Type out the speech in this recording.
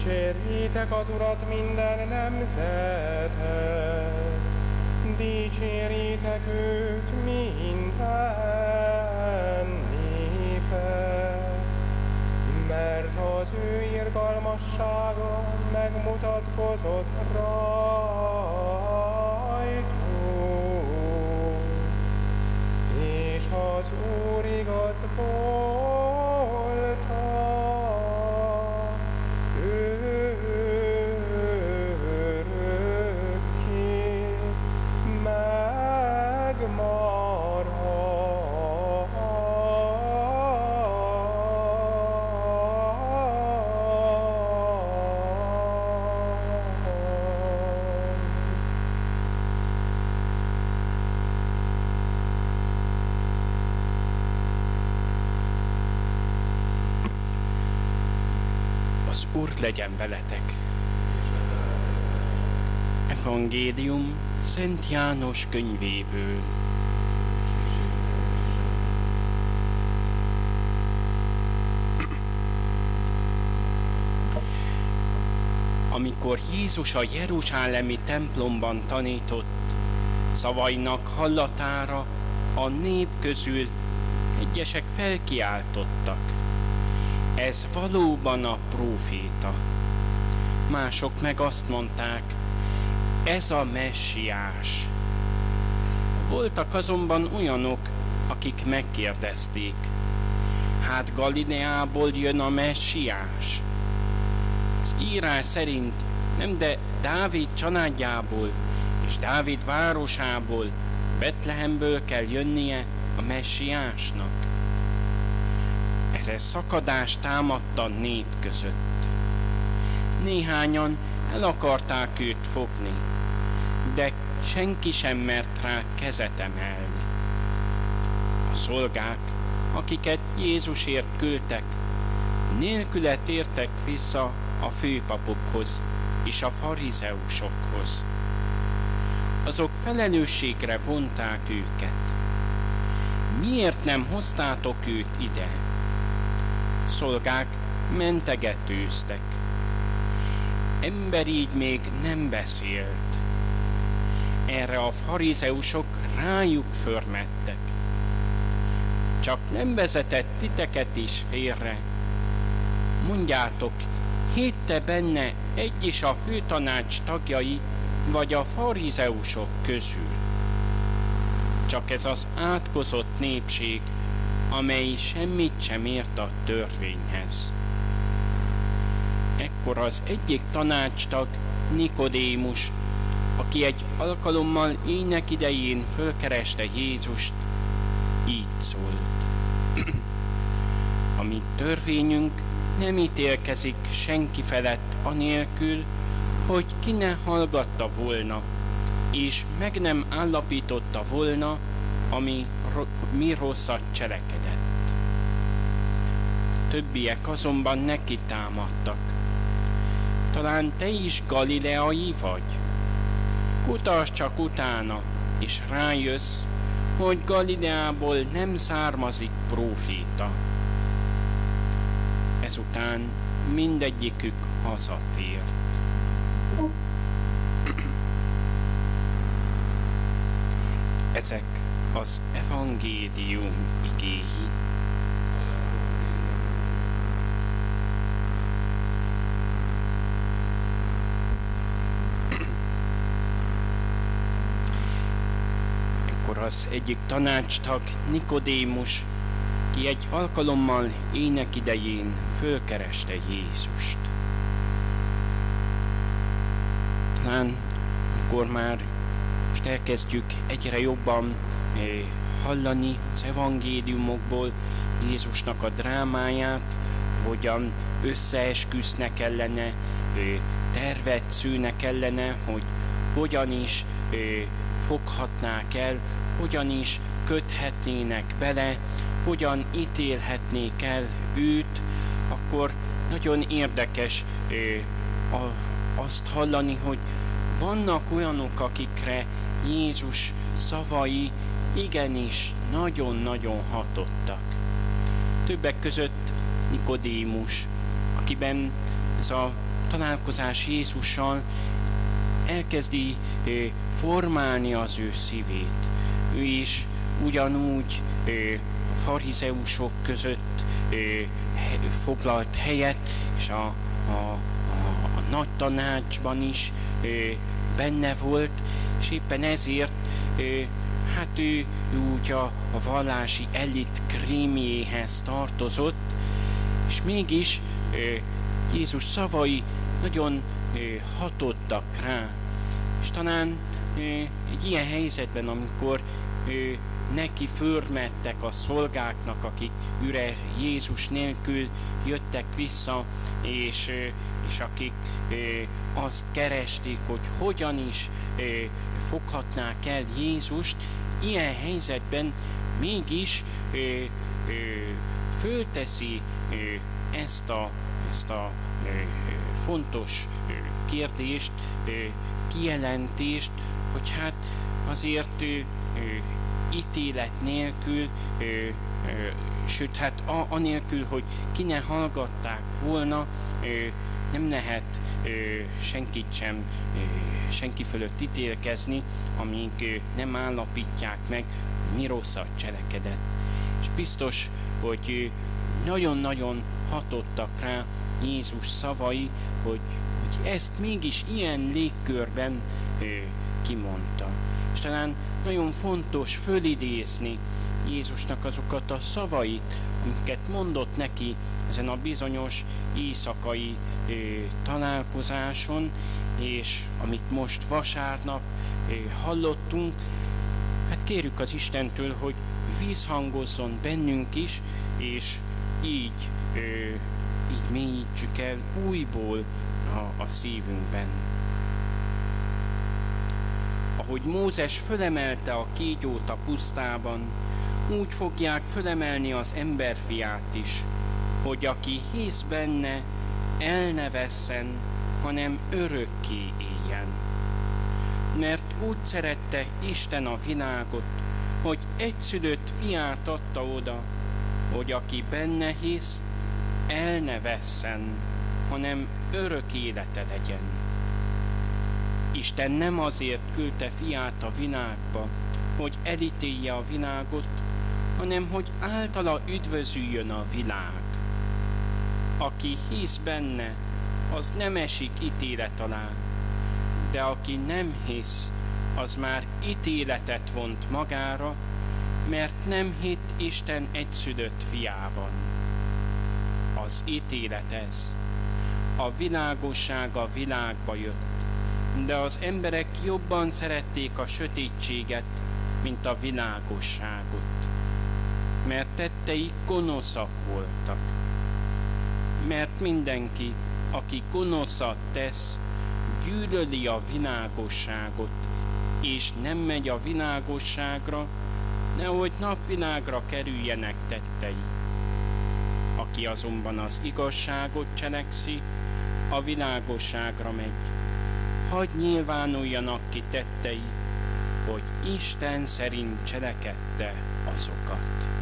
Dicsérjétek az Urat minden nemzetek, dicsérjétek őt minden népek, mert az ő irgalmassága megmutatkozott rajtunk, és az Úr igaz volt örökké megmarad. Az Úr legyen veletek! Evangélium Szent János könyvéből. Amikor Jézus a jeruzsálemi templomban tanított, szavainak hallatára a nép közül egyesek felkiáltottak: ez valóban a próféta. Mások meg azt mondták: ez a messiás. Voltak azonban olyanok, akik megkérdezték: hát Galileából jön a messiás? Az írás szerint nem, de Dávid családjából és Dávid városából, Betlehemből kell jönnie a messiásnak. Erre szakadás támadt a nép között. Néhányan el akarták őt fogni, de senki sem mert rá kezet emelni. A szolgák, akiket Jézusért küldtek, nélküle tértek vissza a főpapokhoz és a farizeusokhoz. Azok felelősségre vonták őket. Miért nem hoztátok őt ide? Szolgák mentegetőztek. Ember így még nem beszélt. Erre a farizeusok rájuk förmettek. Csak nem vezetett titeket is félre. Mondjátok, hitte benne egy is a főtanács tagjai, vagy a farizeusok közül? Csak ez az átkozott népség, amely semmit sem ért a törvényhez. Ekkor az egyik tanácstag, Nikodémus, aki egy alkalommal ének idején fölkereste Jézust, így szólt: a mi törvényünk nem ítélkezik senki felett anélkül, hogy ki ne hallgatta volna, és meg nem állapította volna, ami mi rosszat cselekedett. Többiek azonban neki támadtak: talán te is galileai vagy? Kutasd csak utána, és rájössz, hogy Galileából nem származik próféta. Ezután mindegyikük hazatért. Ezek az evangélium igéi. Ekkor az egyik tanácstag, Nikodémus, ki egy alkalommal ének idején fölkereste Jézust. Talán akkor már most elkezdjük egyre jobban hallani az evangéliumokból Jézusnak a drámáját, hogyan összeesküsznek ellene, tervet szőnek ellene, hogy hogyan is foghatnák el, hogyan is köthetnének bele, hogyan ítélhetnék el őt. Akkor nagyon érdekes azt hallani, hogy vannak olyanok, akikre Jézus szavai igenis nagyon-nagyon hatottak. Többek között Nikodémus, akiben ez a találkozás Jézussal elkezdi formálni az ő szívét. Ő is ugyanúgy a farizeusok között foglalt helyet, és a nagy tanácsban is benne volt, és éppen ezért hát ő úgy a vallási elit krémjéhez tartozott, és mégis Jézus szavai nagyon hatottak rá. És talán egy ilyen helyzetben, amikor neki förmettek a szolgáknak, akik üres Jézus nélkül jöttek vissza, és akik azt keresték, hogy hogyan is foghatnák el Jézust, ilyen helyzetben mégis fölteszi ezt a fontos kérdést, kijelentést, hogy hát azért ítélet nélkül, sőt, hát anélkül, hogy ki ne hallgatták volna, nem lehet senkit sem, senki fölött ítélkezni, amíg nem állapítják meg, mi rosszat cselekedett. És biztos, hogy nagyon-nagyon hatottak rá Jézus szavai, hogy ezt mégis ilyen légkörben kimondta. És talán nagyon fontos fölidézni Jézusnak azokat a szavait, amiket mondott neki ezen a bizonyos éjszakai találkozáson, és amit most vasárnap hallottunk. Hát kérjük az Istentől, hogy vízhangozzon bennünk is, és így mélyítsük el újból a szívünkben. Ahogy Mózes fölemelte a kígyót a pusztában, úgy fogják fölemelni az emberfiát is, hogy aki hisz benne, el ne vesszen, hanem örökké éljen. Mert úgy szerette Isten a világot, hogy egyszülött fiát adta oda, hogy aki benne hisz, el ne vesszen, hanem örök élete legyen. Isten nem azért küldte fiát a világba, hogy elítélje a világot, hanem hogy általa üdvözüljön a világ. Aki hisz benne, az nem esik ítélet alá, de aki nem hisz, az már ítéletet vont magára, mert nem hitt Isten egyszülött fiában. Az ítélet ez. A világosság a világba jött, de az emberek jobban szerették a sötétséget, mint a világosságot, mert tetteik gonoszak voltak. Mert mindenki, aki gonoszat tesz, gyűlöli a világosságot, és nem megy a világosságra, nehogy napvilágra kerüljenek tettei. Aki azonban az igazságot cselekszi, a világosságra megy. Hadd nyilvánuljanak ki tettei, hogy Isten szerint cselekedte azokat.